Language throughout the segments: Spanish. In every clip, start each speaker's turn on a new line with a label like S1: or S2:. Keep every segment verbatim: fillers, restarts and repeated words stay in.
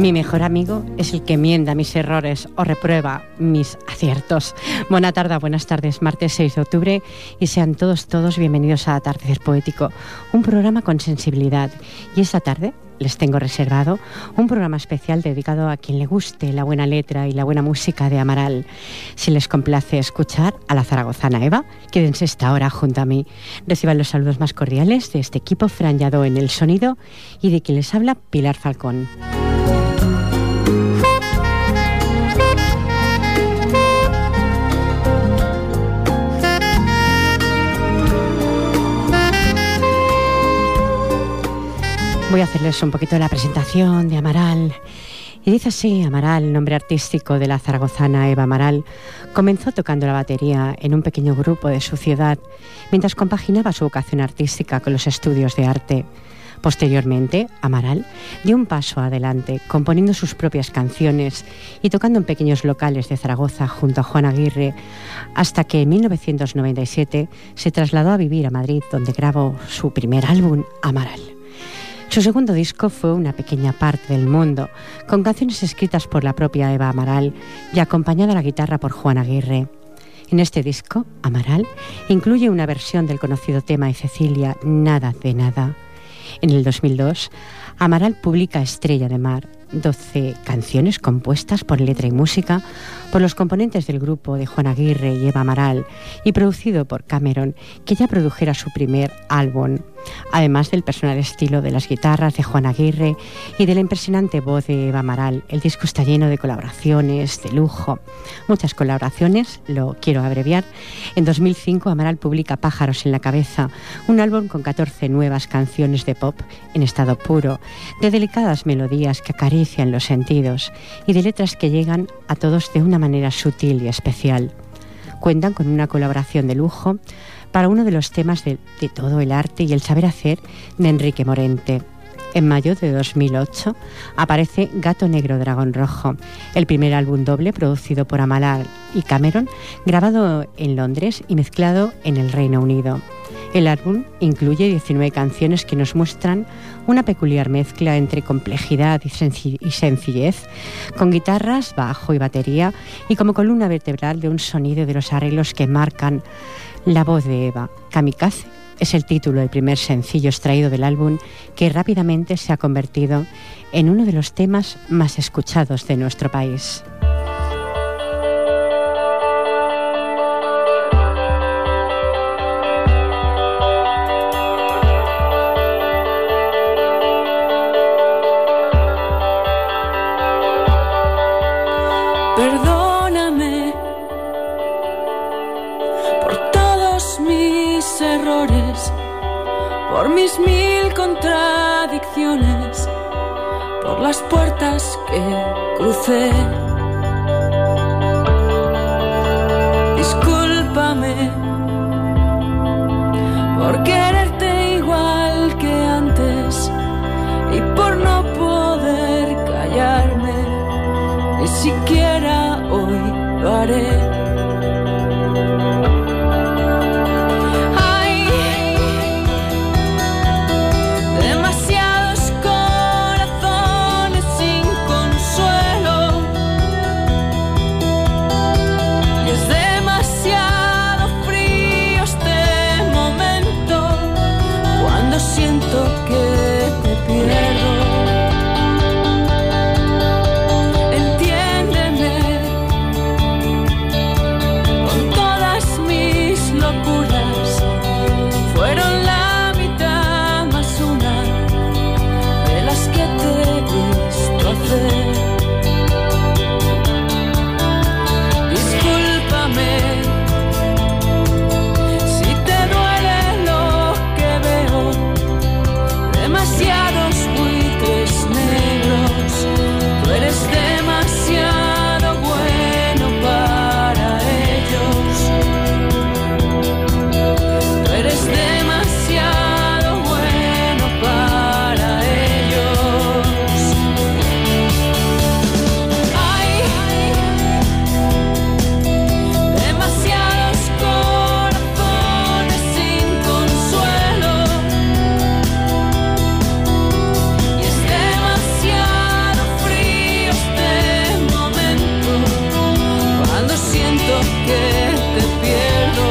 S1: Mi mejor amigo es el que enmienda mis errores o reprueba mis aciertos. Buena tarde, buenas tardes, martes seis de octubre, y sean todos, todos bienvenidos a Atardecer Poético, un programa con sensibilidad. Y esta tarde les tengo reservado un programa especial dedicado a quien le guste la buena letra y la buena música de Amaral. Si les complace escuchar a la zaragozana Eva, quédense esta hora junto a mí. Reciban los saludos más cordiales de este equipo franjado en el sonido y de quien les habla, Pilar Falcón. Voy a hacerles un poquito de la presentación de Amaral. Y dice así: Amaral, nombre artístico de la zaragozana Eva Amaral, comenzó tocando la batería en un pequeño grupo de su ciudad, mientras compaginaba su vocación artística con los estudios de arte. Posteriormente, Amaral dio un paso adelante, componiendo sus propias canciones y tocando en pequeños locales de Zaragoza junto a Juan Aguirre, hasta que en mil novecientos noventa y siete se trasladó a vivir a Madrid, donde grabó su primer álbum, Amaral. Su segundo disco fue Una pequeña parte del mundo, con canciones escritas por la propia Eva Amaral y acompañada a la guitarra por Juan Aguirre. En este disco, Amaral incluye una versión del conocido tema de Cecilia, Nada de nada. En el dos mil dos, Amaral publica Estrella de mar, doce canciones compuestas por letra y música por los componentes del grupo de Juan Aguirre y Eva Amaral y producido por Cameron, que ya produjera su primer álbum. Además del personal estilo de las guitarras de Juan Aguirre y de la impresionante voz de Eva Amaral, el disco está lleno de colaboraciones de lujo. Muchas colaboraciones, lo quiero abreviar. En dos mil cinco, Amaral publica Pájaros en la cabeza, un álbum con catorce nuevas canciones de pop en estado puro, de delicadas melodías que acarician los sentidos y de letras que llegan a todos de una manera sutil y especial. Cuentan con una colaboración de lujo para uno de los temas de, de todo el arte y el saber hacer de Enrique Morente. En mayo de dos mil ocho aparece Gato Negro Dragón Rojo, el primer álbum doble producido por Amaral y Cameron, grabado en Londres y mezclado en el Reino Unido. El álbum incluye diecinueve canciones que nos muestran una peculiar mezcla entre complejidad y, senci- y sencillez, con guitarras, bajo y batería, y como columna vertebral de un sonido de los arreglos que marcan la voz de Eva. Kamikaze es el título del primer sencillo extraído del álbum, que rápidamente se ha convertido en uno de los temas más escuchados de nuestro país.
S2: Perdóname por todos mis errores, por mis mil contradicciones, por las puertas que crucé. Discúlpame por quererte igual que antes y por no poder callarme. Ni siquiera hoy lo haré. Hay demasiados corazones sin consuelo te pierdo.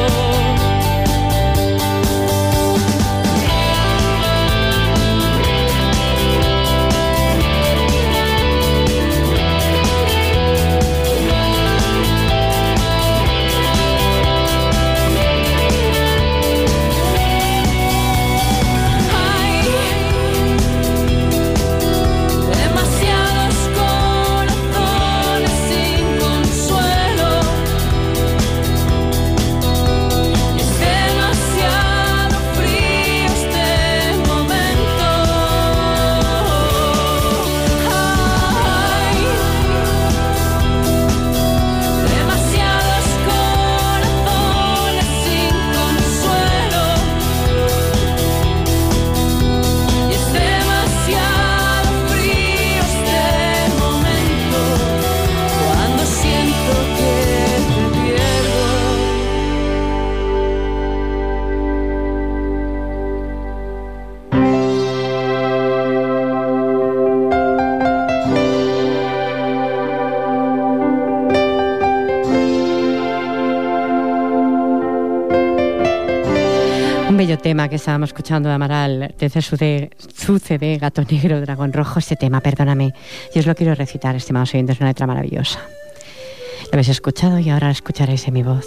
S1: Tema que estábamos escuchando de Amaral desde su, de, su C D Gato Negro, Dragón Rojo. Este tema, perdóname, yo os lo quiero recitar, estimados oyentes, es una letra maravillosa. Lo habéis escuchado y ahora lo escucharéis en mi voz.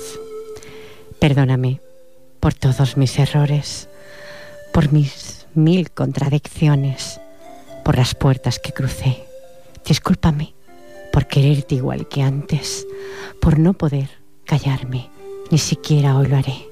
S1: Perdóname por todos mis errores, por mis mil contradicciones, por las puertas que crucé. Discúlpame por quererte igual que antes, por no poder callarme, ni siquiera hoy lo haré.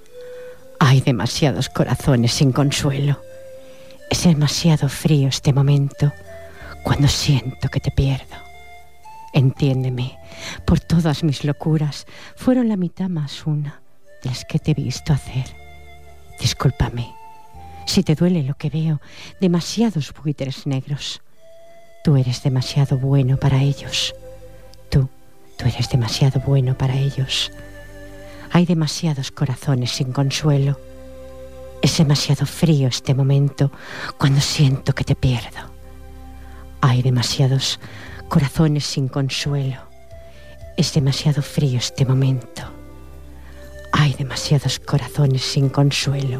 S1: Hay demasiados corazones sin consuelo. Es demasiado frío este momento cuando siento que te pierdo. Entiéndeme, por todas mis locuras fueron la mitad más una de las que te he visto hacer. Discúlpame si te duele lo que veo, demasiados buitres negros. Tú eres demasiado bueno para ellos. Tú, tú eres demasiado bueno para ellos. Hay demasiados corazones sin consuelo. Es demasiado frío este momento cuando siento que te pierdo. Hay demasiados corazones sin consuelo. Es demasiado frío este momento. Hay demasiados corazones sin consuelo.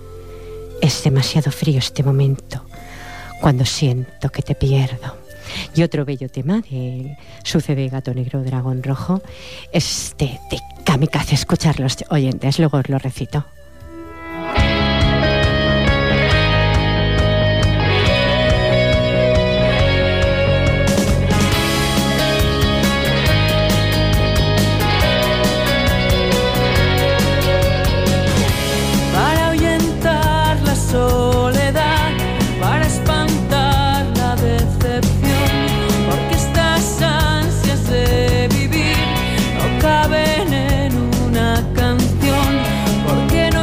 S1: Es demasiado frío este momento cuando siento que te pierdo. Y otro bello tema de su C D Gato Negro, Dragón Rojo, es de, de Kamikaze. Escucharlos, oyentes, luego os lo recito.
S2: Para ahuyentar la soledad, para espantar la decepción, porque estas ansias de vivir no caben en una canción, porque no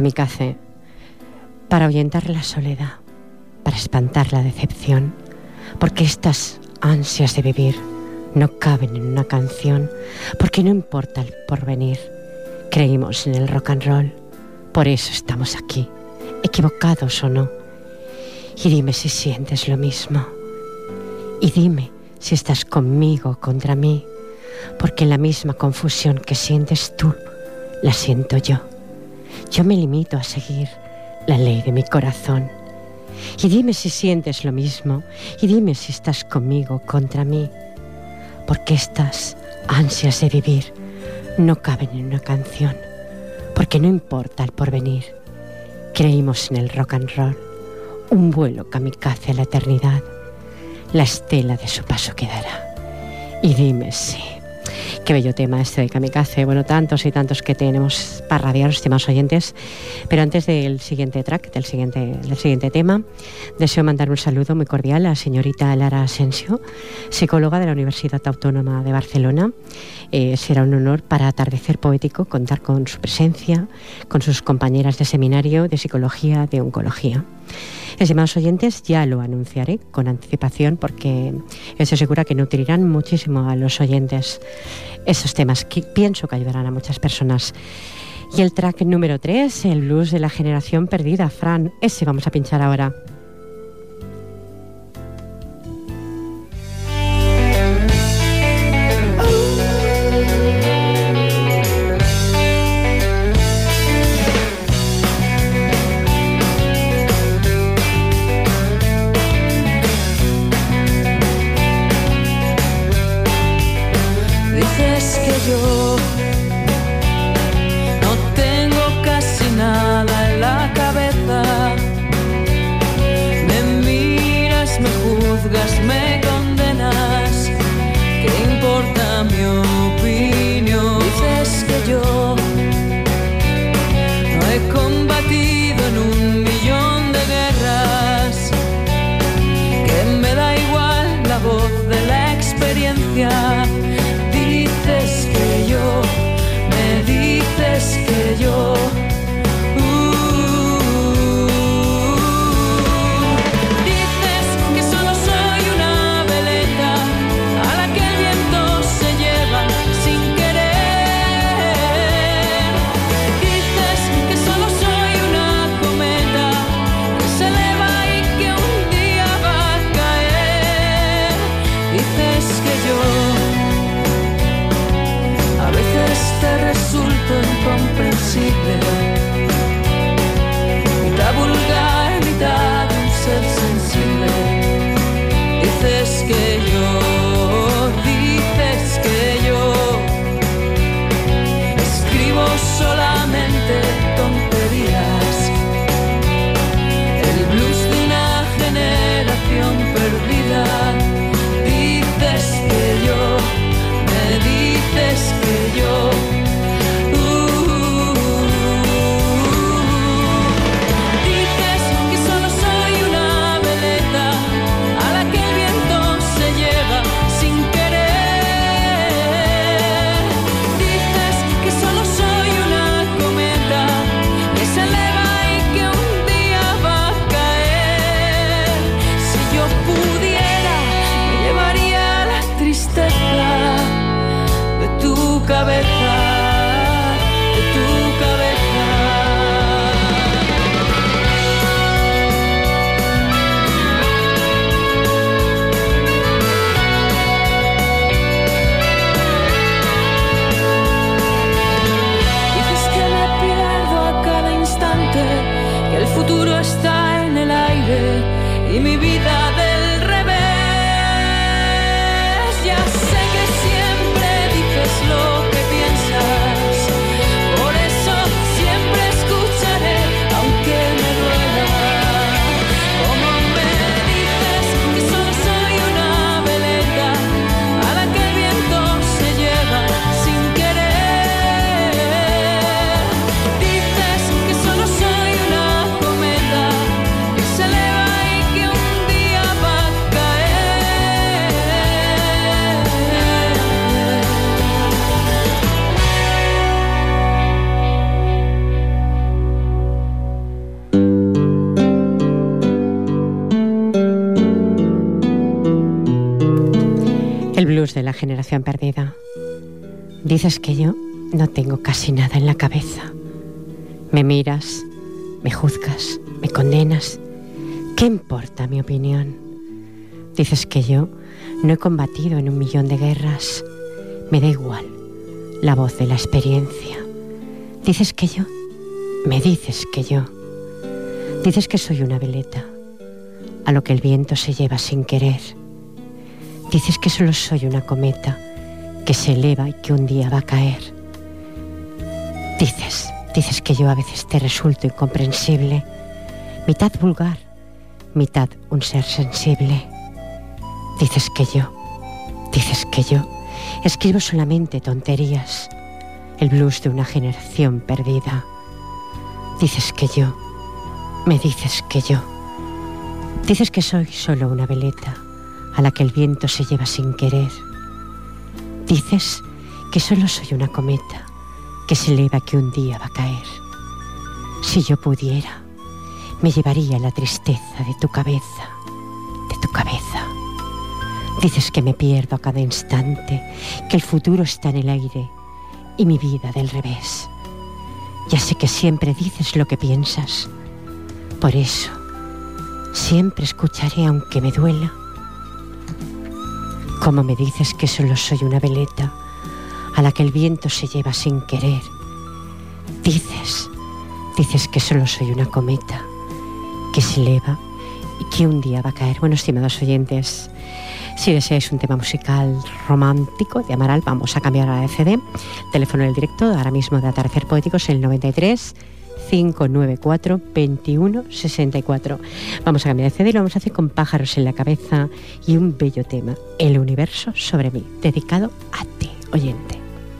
S1: Kamikaze, para ahuyentar la soledad, para espantar la decepción, porque estas ansias de vivir no caben en una canción, porque no importa el porvenir. Creímos en el rock and roll, por eso estamos aquí, equivocados o no. Y dime si sientes lo mismo, y dime si estás conmigo o contra mí, porque la misma confusión que sientes tú, la siento yo. Yo me limito a seguir la ley de mi corazón. Y dime si sientes lo mismo, y dime si estás conmigo o contra mí, porque estas ansias de vivir no caben en una canción, porque no importa el porvenir. Creímos en el rock and roll, un vuelo kamikaze a la eternidad, la estela de su paso quedará. Y dime si... Qué bello tema este de Kamikaze. Bueno, tantos y tantos que tenemos para radiar, estimados oyentes. Pero antes del siguiente track, del siguiente, del siguiente tema, deseo mandar un saludo muy cordial a la señorita Lara Asensio, psicóloga de la Universidad Autónoma de Barcelona. Eh, será un honor para Atardecer Poético contar con su presencia, con sus compañeras de seminario de psicología, de oncología. Estimados oyentes, ya lo anunciaré con anticipación porque estoy segura que nutrirán muchísimo a los oyentes esos temas que pienso que ayudarán a muchas personas. Y el track número tres, el blues de la generación perdida, Fran, ese vamos a pinchar ahora.
S2: Yo no tengo casi nada en la cabeza. Me miras, me juzgas, me condenas. ¿Qué importa mi opinión? Dices que yo no he combatido en un millón de guerras, que me da igual la voz de la experiencia. Dices que yo, me dices que yo uh, dices que solo soy una veleta a la que el viento se lleva sin querer. Dices que solo soy una cometa que se eleva y que un día va a caer. Dices que yo a veces te resulto incomprensible, mitad vulgar, mitad un ser sensible. Dices que yo, dices que yo escribo solamente tonterías, el blues de una generación perdida. Dices que yo, me dices que yo uh, dices que solo soy una veleta a la que el viento se lleva sin querer. Dices que solo soy una cometa que se eleva y que un día va a caer. Si yo pudiera, me llevaría la tristeza de tu cabeza, de tu cabeza. Dices que me pierdo a cada instante, que el futuro está en el aire y mi vida del revés. Ya sé que siempre dices lo que piensas,
S1: blues de la generación perdida. Dices que yo no tengo casi nada en la cabeza. Me miras, me juzgas, me condenas. ¿Qué importa mi opinión? Dices que yo no he combatido en un millón de guerras. Me da igual la voz de la experiencia. Dices que yo, me dices que yo. Dices que soy una veleta, a lo que el viento se lleva sin querer. Dices que solo soy una cometa que se eleva y que un día va a caer. Dices, dices que yo a veces te resulto incomprensible, mitad vulgar, mitad un ser sensible. Dices que yo, dices que yo escribo solamente tonterías, el blues de una generación perdida. Dices que yo, me dices que yo. Dices que soy solo una veleta a la que el viento se lleva sin querer. Dices que solo soy una cometa que se eleva, que un día va a caer. Si yo pudiera, me llevaría la tristeza de tu cabeza, de tu cabeza. Dices que me pierdo a cada instante, que el futuro está en el aire y mi vida del revés. Ya sé que siempre dices lo que piensas. Por eso, siempre escucharé aunque me duela. Como me dices que solo soy una veleta a la que el viento se lleva sin querer. Dices, dices que solo soy una cometa que se eleva y que un día va a caer. Bueno, estimados oyentes, si deseáis un tema musical romántico de Amaral, vamos a cambiar a la C D. Teléfono del directo ahora mismo de Atardecer Poético es el noventa y tres, cinco nueve cuatro, veintiuno sesenta y cuatro. Vamos a cambiar de C D y lo vamos a hacer con Pájaros en la cabeza y un bello tema, El universo sobre mí, dedicado a ti, oyente.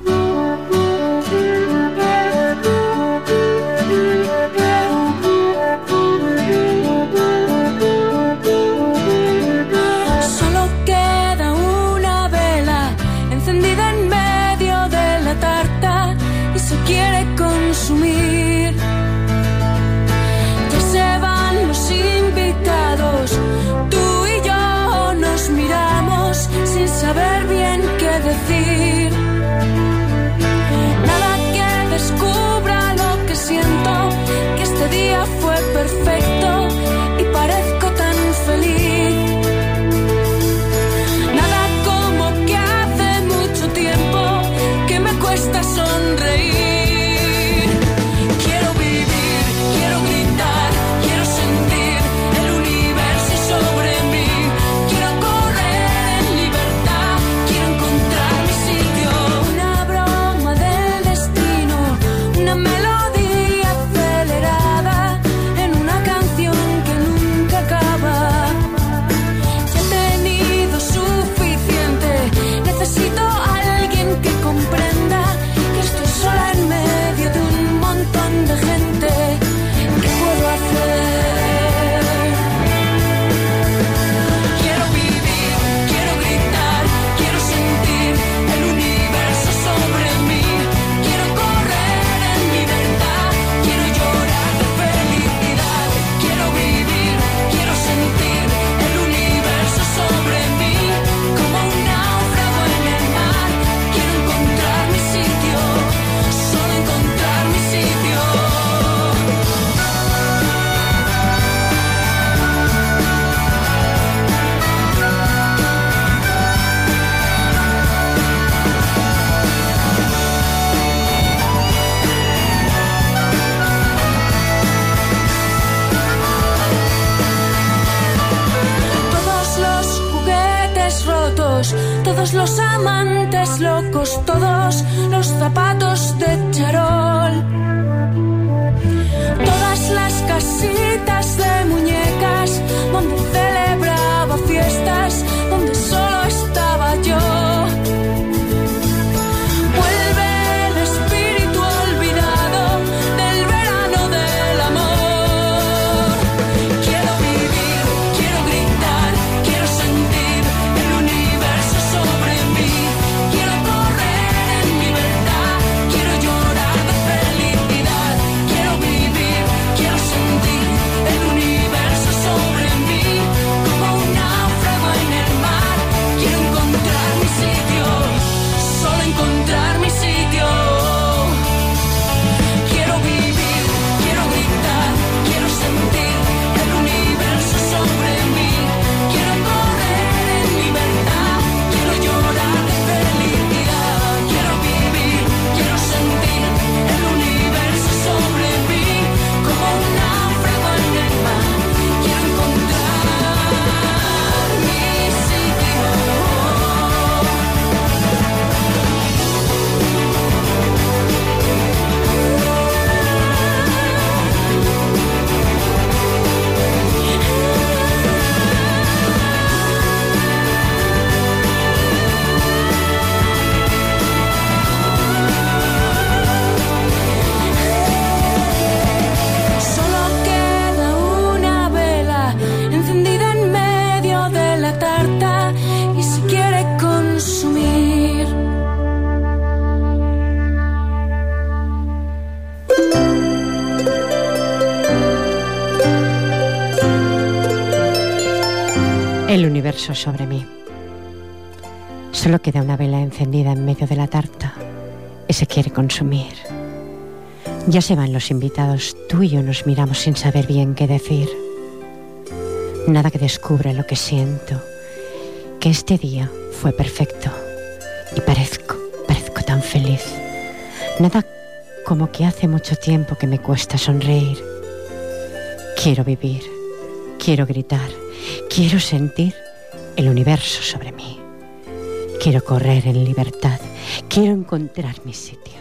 S2: Saber bien qué decir, nada que descubra lo que siento, que este día fue perfecto y parezco tan feliz. Nada como que hace mucho tiempo que me cuesta sonreír. Quiero vivir, quiero gritar, quiero sentir el universo sobre mí. Quiero correr en libertad, quiero encontrar mi sitio. Una broma del destino, una melodía acelerada en una canción que nunca acaba. Ya he tenido suficiente, necesito a alguien que comprenda que estoy sola en medio de un montón de gente. ¿Qué puedo hacer? Quiero vivir, quiero gritar, quiero sentir el universo sobre mí. Quiero correr en libertad, quiero llorar de felicidad. Quiero vivir, quiero sentir el universo sobre mí. Como un náufrago en el mar, quiero encontrar mi sitio, solo encontrar mi sitio. Todos los juguetes rotos, todos los amantes locos, todos los zapatos de charol, todas las casitas de muñecas donde celebraba fiestas, donde solo estaba yo. Vuelve el espíritu olvidado del verano del amor. Quiero vivir, quiero gritar, quiero sentir el universo sobre mí. Quiero correr en libertad, quiero llorar de
S1: el universo sobre mí. Solo queda una vela encendida en medio de la tarta y se quiere consumir. Ya se van los invitados, tú y yo nos miramos sin saber bien qué decir. Nada que descubra lo que siento, que este día fue perfecto y parezco, parezco tan feliz. Nada como que hace mucho tiempo que me cuesta sonreír. Quiero vivir, quiero gritar, quiero sentir el universo sobre mí. Quiero correr en libertad, quiero encontrar mi sitio.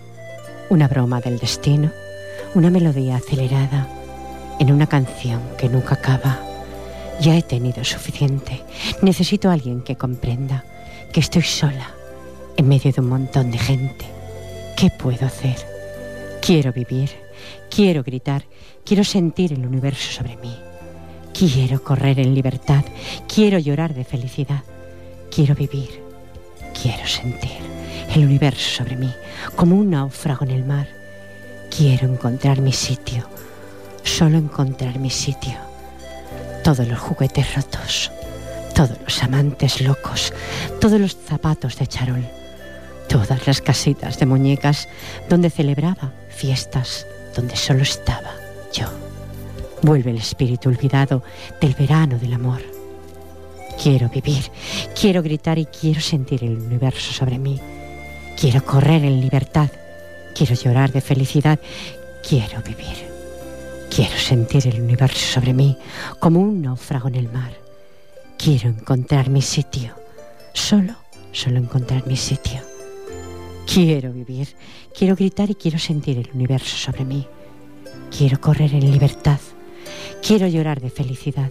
S1: Una broma del destino, una melodía acelerada en una canción que nunca acaba. Ya he tenido suficiente. Necesito a alguien que comprenda que estoy sola en medio de un montón de gente. ¿Qué puedo hacer? Quiero vivir, quiero gritar, quiero sentir el universo sobre mí. Quiero correr en libertad, quiero llorar de felicidad. Quiero vivir, quiero sentir el universo sobre mí como un náufrago en el mar. Quiero encontrar mi sitio, solo encontrar mi sitio. Todos los juguetes rotos, todos los amantes locos, todos los zapatos de charol, todas las casitas de muñecas donde celebraba fiestas, donde solo estaba yo. Vuelve el espíritu olvidado del verano del amor. Quiero vivir, quiero gritar y quiero sentir el universo sobre mí. Quiero correr en libertad, quiero llorar de felicidad, quiero vivir. Quiero sentir el universo sobre mí como un náufrago en el mar. Quiero encontrar mi sitio, solo, solo encontrar mi sitio. Quiero vivir, quiero gritar y quiero sentir el universo sobre mí. Quiero correr en libertad, quiero llorar de felicidad.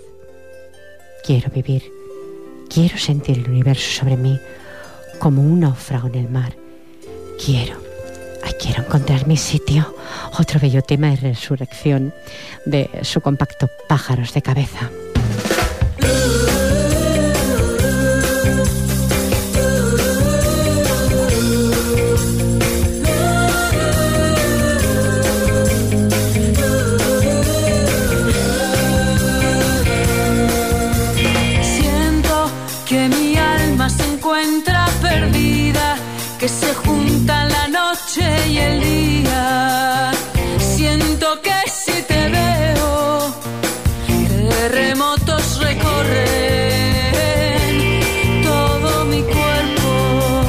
S1: Quiero vivir, quiero sentir el universo sobre mí como un náufrago en el mar. Quiero, ay, quiero encontrar mi sitio. Otro bello tema de resurrección de su compacto Pájaros de Cabeza.
S2: Que se juntan la noche y el día. Siento que si te veo, terremotos recorren todo mi cuerpo.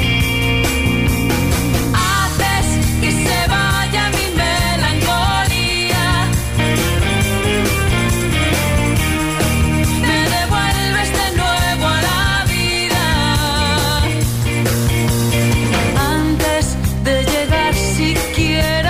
S2: Haces que se vaya mi melancolía. Me devuelves de nuevo a la vida. De llegar si quieres.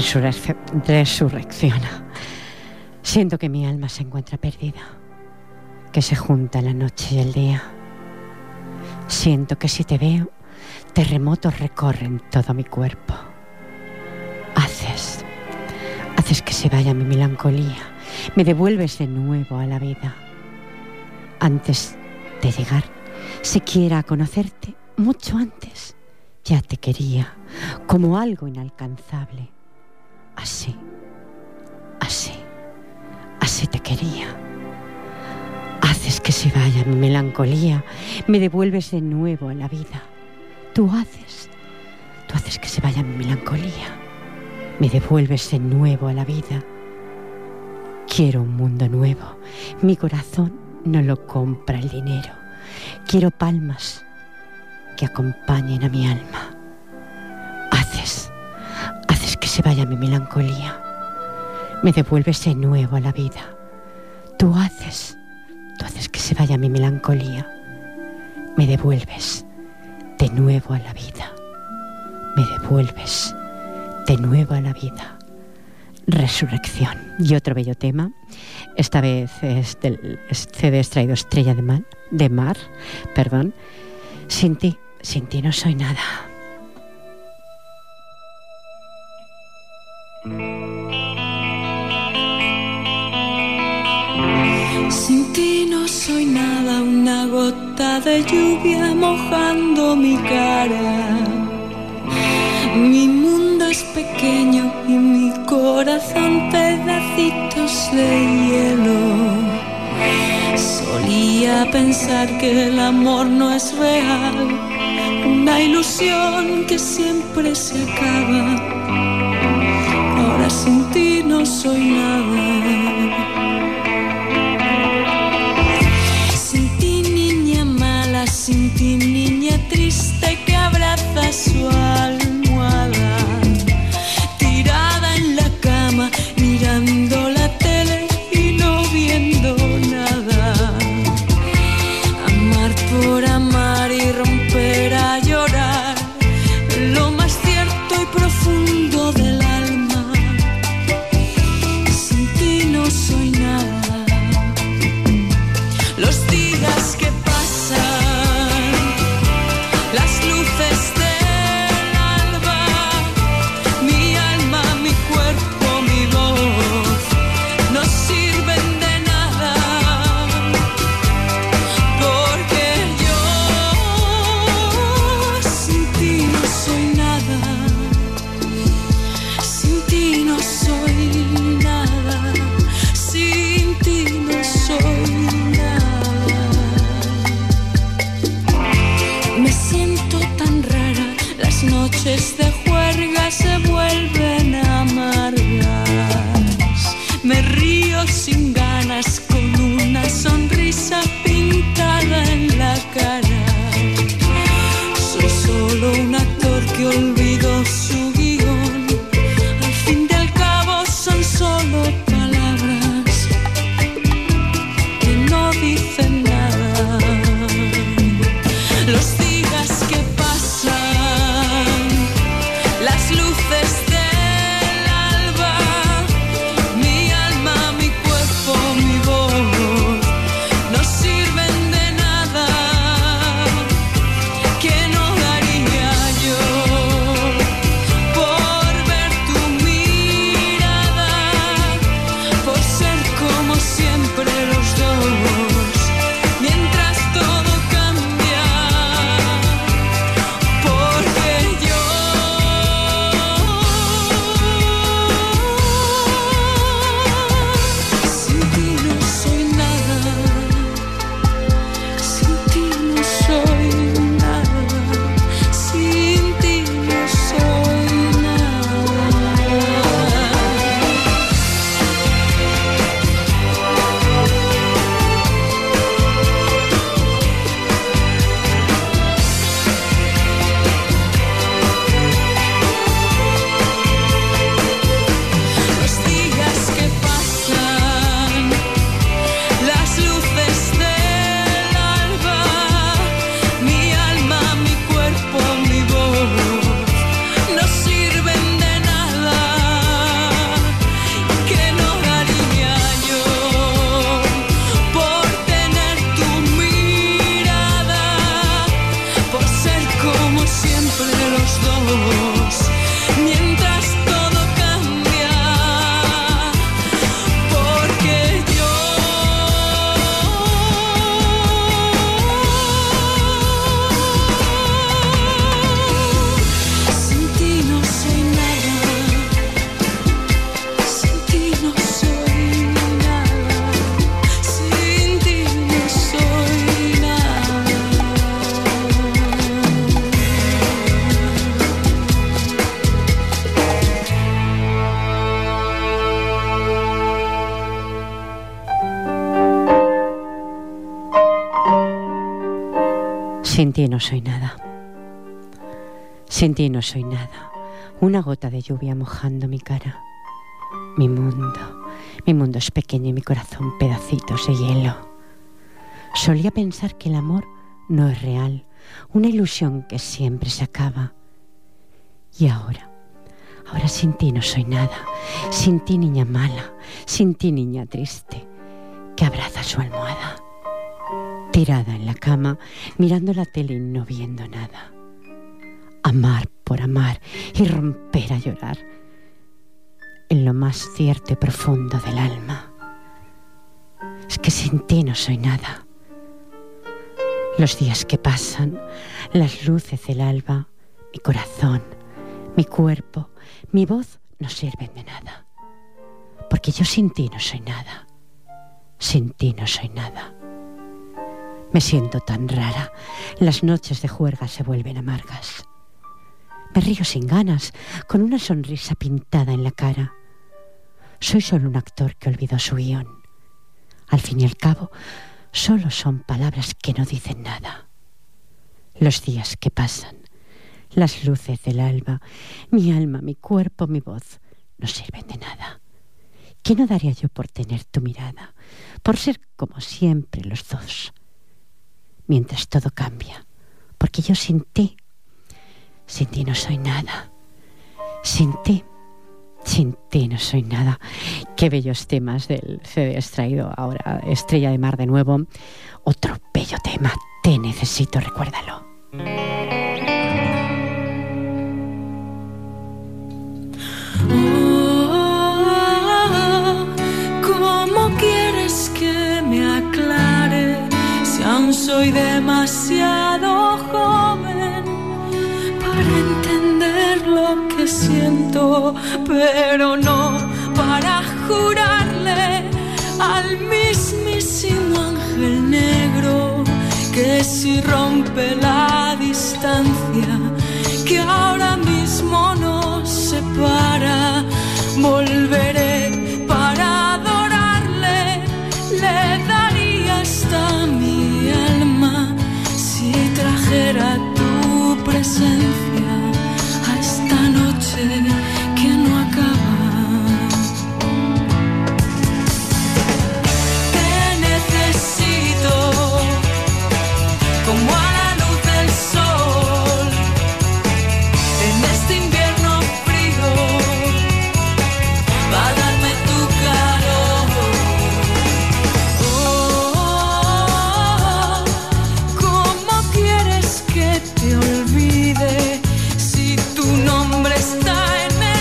S1: Resurrec- resurrecciona. Siento que mi alma se encuentra perdida, que se junta la noche y el día. Siento que si te veo, terremotos recorren todo mi cuerpo. Haces, haces que se vaya mi melancolía, me devuelves de nuevo a la vida. Antes de llegar, siquiera a conocerte, mucho antes, ya te quería, como algo inalcanzable. Así, así, así te quería. Haces que se vaya mi melancolía, me devuelves de nuevo a la vida. Tú haces, tú haces que se vaya mi melancolía, me devuelves de nuevo a la vida. Quiero un mundo nuevo, mi corazón no lo compra el dinero. Quiero palmas que acompañen a mi alma. Haces, haces que se vaya mi melancolía, me devuelves de nuevo a la vida. Tú haces, tú haces que se vaya mi melancolía, me devuelves de nuevo a la vida, me devuelves de nuevo a la vida. Resurrección. Y otro bello tema, esta vez es del C D extraído Estrella de Mar, de Mar, perdón. Sin ti, sin ti no soy nada.
S2: Sin ti no soy nada, una gota de lluvia mojando mi cara. Mi mundo es pequeño y mi corazón pedacitos de hielo. Solía pensar que el amor no es real, una ilusión que siempre se acaba. Ahora sin ti no soy nada. Sin ti, niña triste que abraza su almohada, tirada en la cama, mirando la tele y no viendo nada. Amar por amar y romper a llorar, lo más cierto y profundo del alma. Sin ti no soy nada. Los días que pasan, las luces del alba, mi alma, mi cuerpo, mi voz, no sirven de nada, porque yo sin ti no soy nada, sin ti no soy nada, sin ti no soy nada. Me siento tan rara, las noches de juerga se vuelven amargas. Me río sin ganas con una sonrisa pintada en la cara. Soy solo un actor que olvidó su guión. Al fin y al cabo son solo palabras que no dicen nada. Los días que pasan, las luces de
S1: Sin ti no soy nada. Sin ti no soy nada. Una gota de lluvia mojando mi cara. Mi mundo, mi mundo es pequeño y mi corazón pedacitos de hielo. Solía pensar que el amor no es real, una ilusión que siempre se acaba. Y ahora, ahora sin ti no soy nada. Sin ti, niña mala, sin ti, niña triste, que abraza su almohada. Tirada en la cama, mirando la tele y no viendo nada. Amar por amar y romper a llorar en lo más cierto y profundo del alma. Es que sin ti no soy nada. Los días que pasan, las luces del alba, mi corazón, mi cuerpo, mi voz no sirven de nada. Porque yo sin ti no soy nada. Sin ti no soy nada. Me siento tan rara, las noches de juerga se vuelven amargas. Me río sin ganas, con una sonrisa pintada en la cara. Soy solo un actor que olvidó su guión. Al fin y al cabo, solo son palabras que no dicen nada. Los días que pasan, las luces del alba, mi alma, mi cuerpo, mi voz, no sirven de nada. ¿Qué no daría yo por tener tu mirada? Por ser como siempre los dos. Mientras todo cambia, porque yo sin ti, sin ti no soy nada. Sin ti, sin ti no soy nada. Qué bellos temas del C D extraído ahora, Estrella de Mar de nuevo. Otro bello tema, Te necesito, recuérdalo.
S2: Oh, ¿cómo quieres que me aclare si aún soy demasiado joven para entender lo que siento, pero no para jurarle al mismísimo ángel negro que si rompe la distancia que ahora mismo nos separa, volveré para adorarle, le daría hasta mi alma si trajera tu presencia a esta noche que no acaba. Te necesito como a la luz del sol en este invierno frío, para darme tu calor. Oh, ¿cómo quieres que te olvide si tu nombre está en el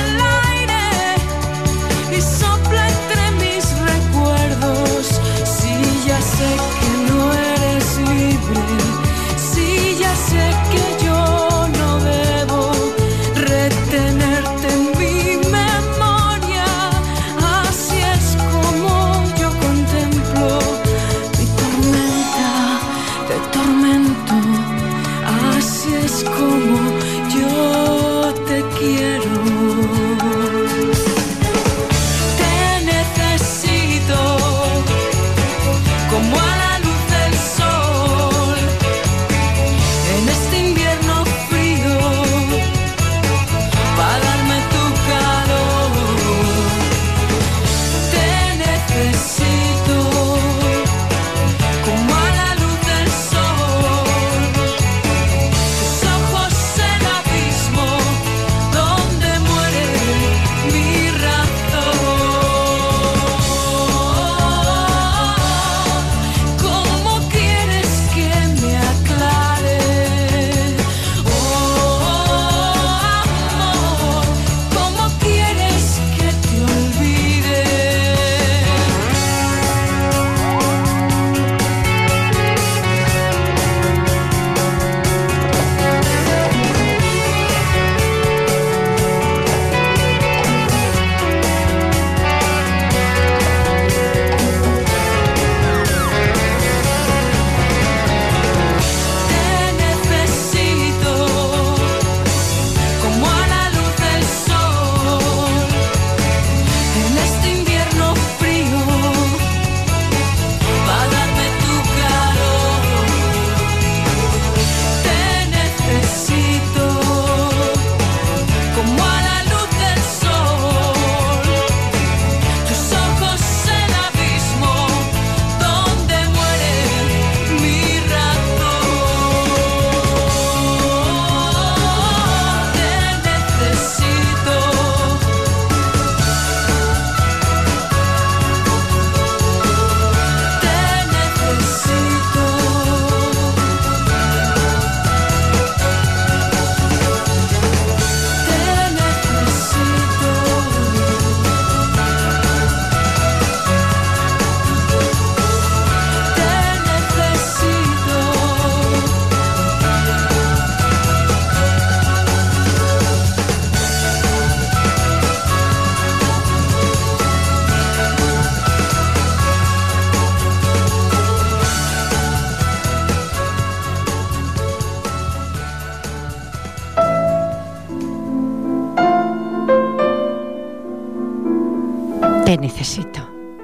S1: Te necesito.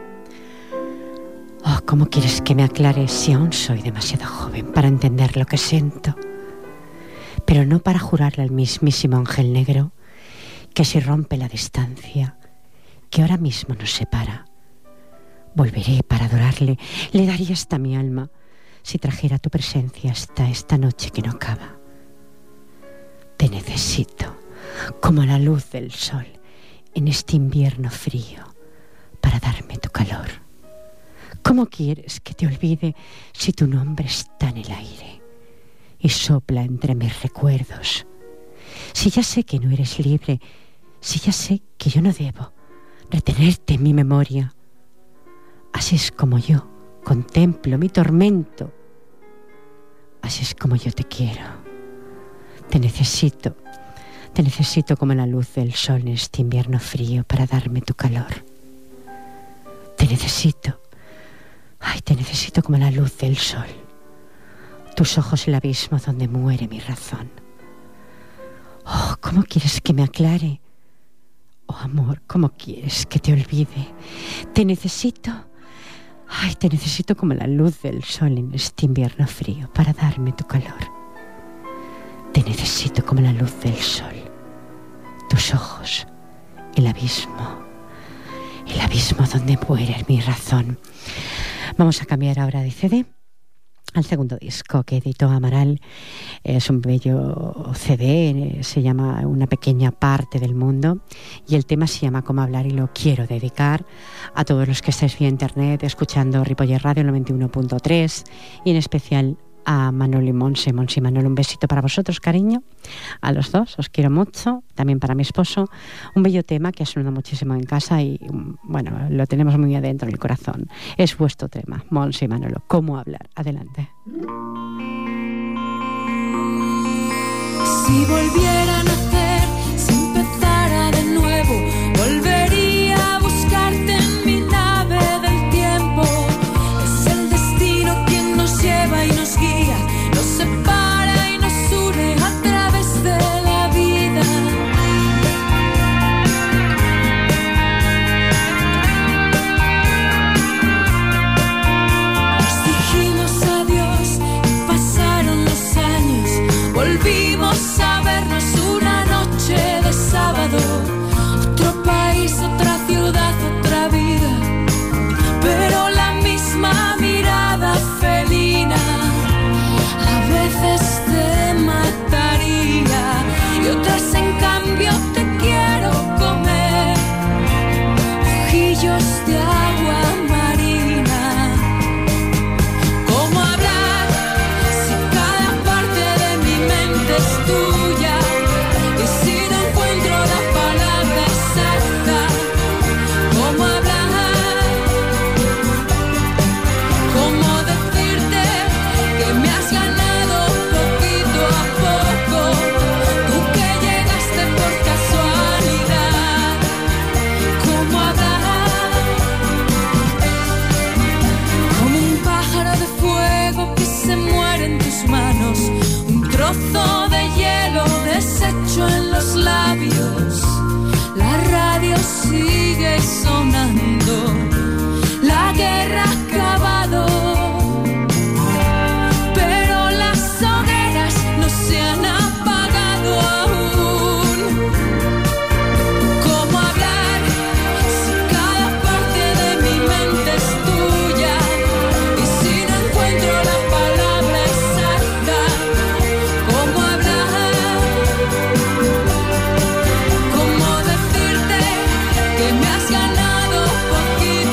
S1: Oh, ¿cómo quieres que me aclare si aún soy demasiado joven para entender lo que siento? Pero no para jurarle al mismísimo ángel negro que si rompe la distancia que ahora mismo nos separa, volveré para adorarle, le daría hasta mi alma si trajera tu presencia hasta esta noche que no acaba. Te necesito como la luz del sol en este invierno frío para darme tu calor. ¿Cómo quieres que te olvide si tu nombre está en el aire y sopla entre mis recuerdos? Si ya sé que no eres libre, si ya sé que yo no debo retenerte en mi memoria. Así es como yo contemplo mi tormento. Así es como yo te quiero. Te necesito, te necesito como la luz del sol en este invierno frío para darme tu calor. Te necesito, ay, te necesito como la luz del sol. Tus ojos el abismo donde muere mi razón. Oh, ¿cómo quieres que me aclare? Oh, amor, ¿cómo quieres que te olvide? Te necesito, ay, te necesito como la luz del sol en este invierno frío para darme tu calor. Te necesito como la luz del sol. Tus ojos, el abismo, el abismo donde muere mi razón. Vamos a cambiar ahora de C D al segundo disco que editó Amaral. Es un bello C D, se llama Una pequeña parte del mundo y el tema se llama Cómo hablar, y lo quiero dedicar a todos los que estáis vía internet escuchando Ripollet Radio noventa y uno punto tres y en especial a Manolo y Monse. Monse y Manolo, un besito para vosotros, cariño, a los dos, os quiero mucho, también para mi esposo. Un bello tema que ha sonado muchísimo en casa y bueno, lo tenemos muy adentro en el corazón. Es vuestro tema, Monse y Manolo, Cómo hablar. Adelante.
S2: Si volviera a nacer, si empezara de nuevo, volvería a buscarte en mi nave del tiempo. Es el destino quien nos lleva y nos guía, nos separa y nos une a través de la vida. Nos dijimos adiós y pasaron los años, volvimos a vernos una noche de sábado. Otro país, otra ciudad, otra vida, pero la misma mirada felina. A veces te mataría y otras en cambio te quiero comer. Ojillos de agua marina. ¿Cómo hablar si cada parte de mi mente es tuya? Y si no encuentro la palabra exacta, ¿cómo hablar? ¿Cómo decirte que me has ganado poquito a poco? Tú que llegaste por casualidad. ¿Cómo hablar? Como un pájaro de fuego que se muere en tus manos, un trozo de hielo deshecho en los labios. La radio sigue sonando, la guerra ha acabado, pero las hogueras no se han apagado aún. ¿Cómo hablar si cada parte de mi mente es tuya? Y si no encuentro la palabra exacta, ¿cómo hablar? ¿Cómo decirte que me has ganado poquito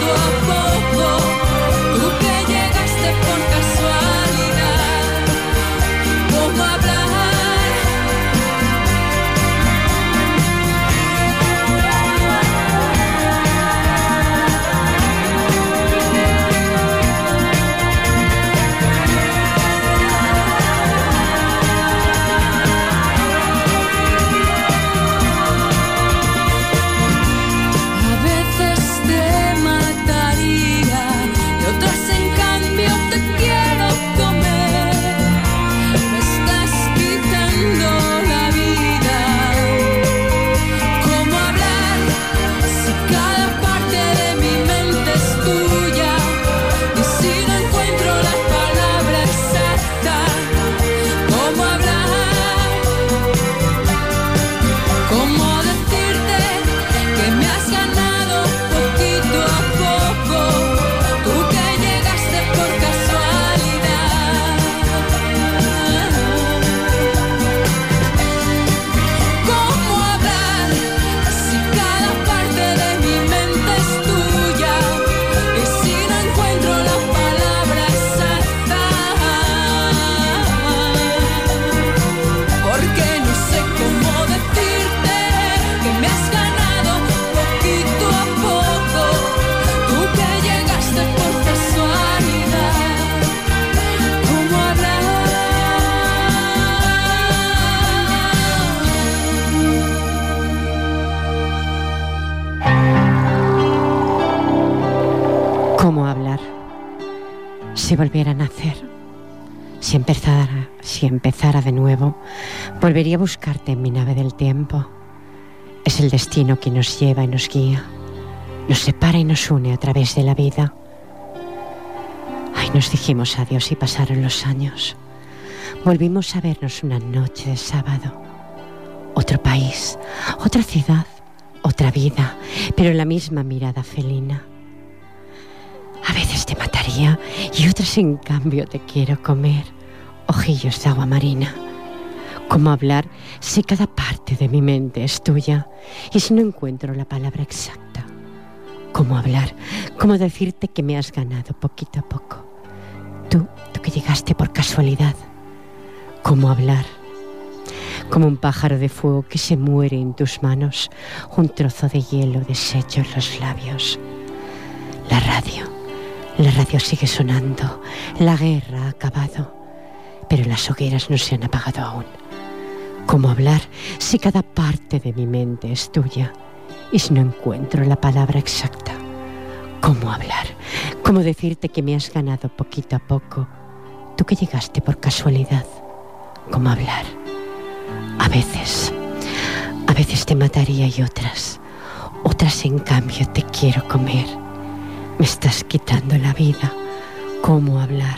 S1: si volviera a nacer, si empezara, si empezara de nuevo, volvería a buscarte en mi nave del tiempo. Es el destino que nos lleva y nos guía, nos separa y nos une a través de la vida. Ay, nos dijimos adiós y pasaron los años. Volvimos a vernos una noche de sábado. Otro país, otra ciudad, otra vida, pero la misma mirada felina. A veces te mataría y otras en cambio te quiero comer. Ojillos de agua marina. ¿Cómo hablar si cada parte de mi mente es tuya y si no encuentro la palabra exacta? ¿Cómo hablar? ¿Cómo decirte que me has ganado poquito a poco? Tú, tú que llegaste por casualidad. ¿Cómo hablar? Como un pájaro de fuego que se muere en tus manos, un trozo de hielo deshecho en los labios. La radio, la radio sigue sonando, la guerra ha acabado, pero las hogueras no se han apagado aún. ¿Cómo hablar si cada parte de mi mente es tuya y si no encuentro la palabra exacta? ¿Cómo hablar? ¿Cómo decirte que me has ganado poquito a poco? Tú que llegaste por casualidad. ¿Cómo hablar? A veces, a veces te mataría y otras, otras en cambio te quiero comer. Me estás quitando la vida. ¿Cómo hablar?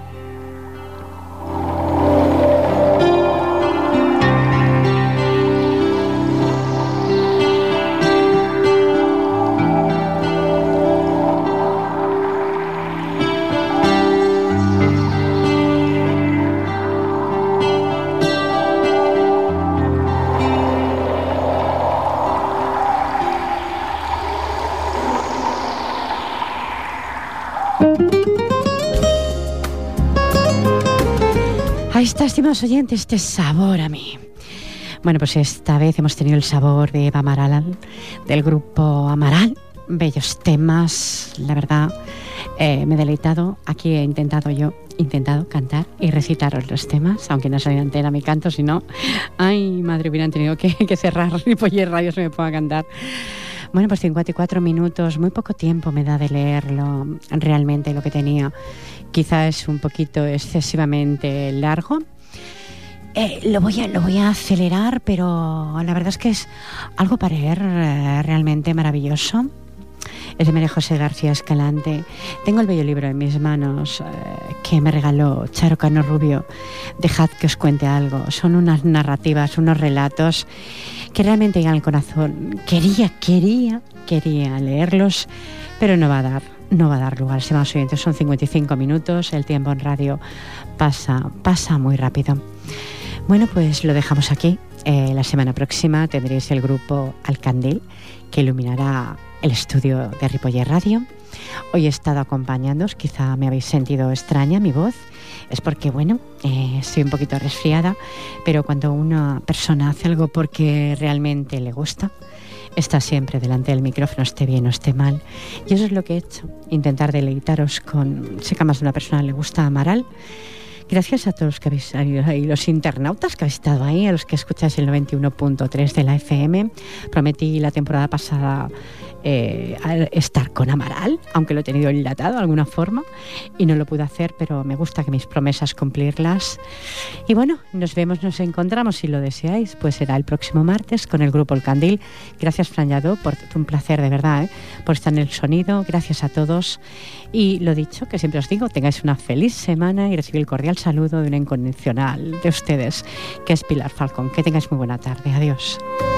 S1: Ahí está, estimados oyentes, este sabor a mí. Bueno, pues esta vez hemos tenido el sabor de Eva Amaral, del grupo Amaral. Bellos temas, la verdad, eh, me he deleitado. Aquí he intentado yo, intentado cantar y recitaros los temas, aunque no soy entera mi canto, si no, ay, madre, hubieran tenido que, que cerrar Ripollet Radio se me pueda cantar. Bueno, pues cincuenta y cuatro minutos, muy poco tiempo me da de leerlo realmente lo que tenía. Quizá es un poquito excesivamente largo. Eh, lo, voy a, lo voy a acelerar, pero la verdad es que es algo para leer eh, realmente maravilloso. Es de María José García Escalante. Tengo el bello libro en mis manos eh, que me regaló Charo Cano Rubio. Dejad que os cuente algo. Son unas narrativas, unos relatos que realmente llegan al corazón. Quería, quería, quería leerlos, pero no va a dar, no va a dar lugar. Estimados oyentes, son cincuenta y cinco minutos. El tiempo en radio pasa, pasa muy rápido. Bueno, pues lo dejamos aquí. Eh, la semana próxima tendréis el grupo Alcandil, que iluminará el estudio de Ripollet Radio. Hoy he estado acompañándoos, quizá me habéis sentido extraña mi voz, es porque, bueno, eh, estoy un poquito resfriada, pero cuando una persona hace algo porque realmente le gusta, está siempre delante del micrófono, esté bien o esté mal. Y eso es lo que he hecho, intentar deleitaros con, sé que a más de una persona le gusta Amaral. Gracias a todos los que habéis ahí, los internautas que habéis estado ahí, a los que escucháis el noventa y uno punto tres de la F M. Prometí la temporada pasada eh, estar con Amaral, aunque lo he tenido enlatado de alguna forma y no lo pude hacer, pero me gusta que mis promesas cumplirlas. Y bueno, nos vemos, nos encontramos, si lo deseáis, pues será el próximo martes con el grupo El Candil. Gracias, Fran Lladó, por un placer de verdad, ¿eh? por estar en el sonido. Gracias a todos. Y lo dicho, que siempre os digo, tengáis una feliz semana y recibid el cordial saludo de una incondicional de ustedes, que es Pilar Falcón. Que tengáis muy buena tarde. Adiós.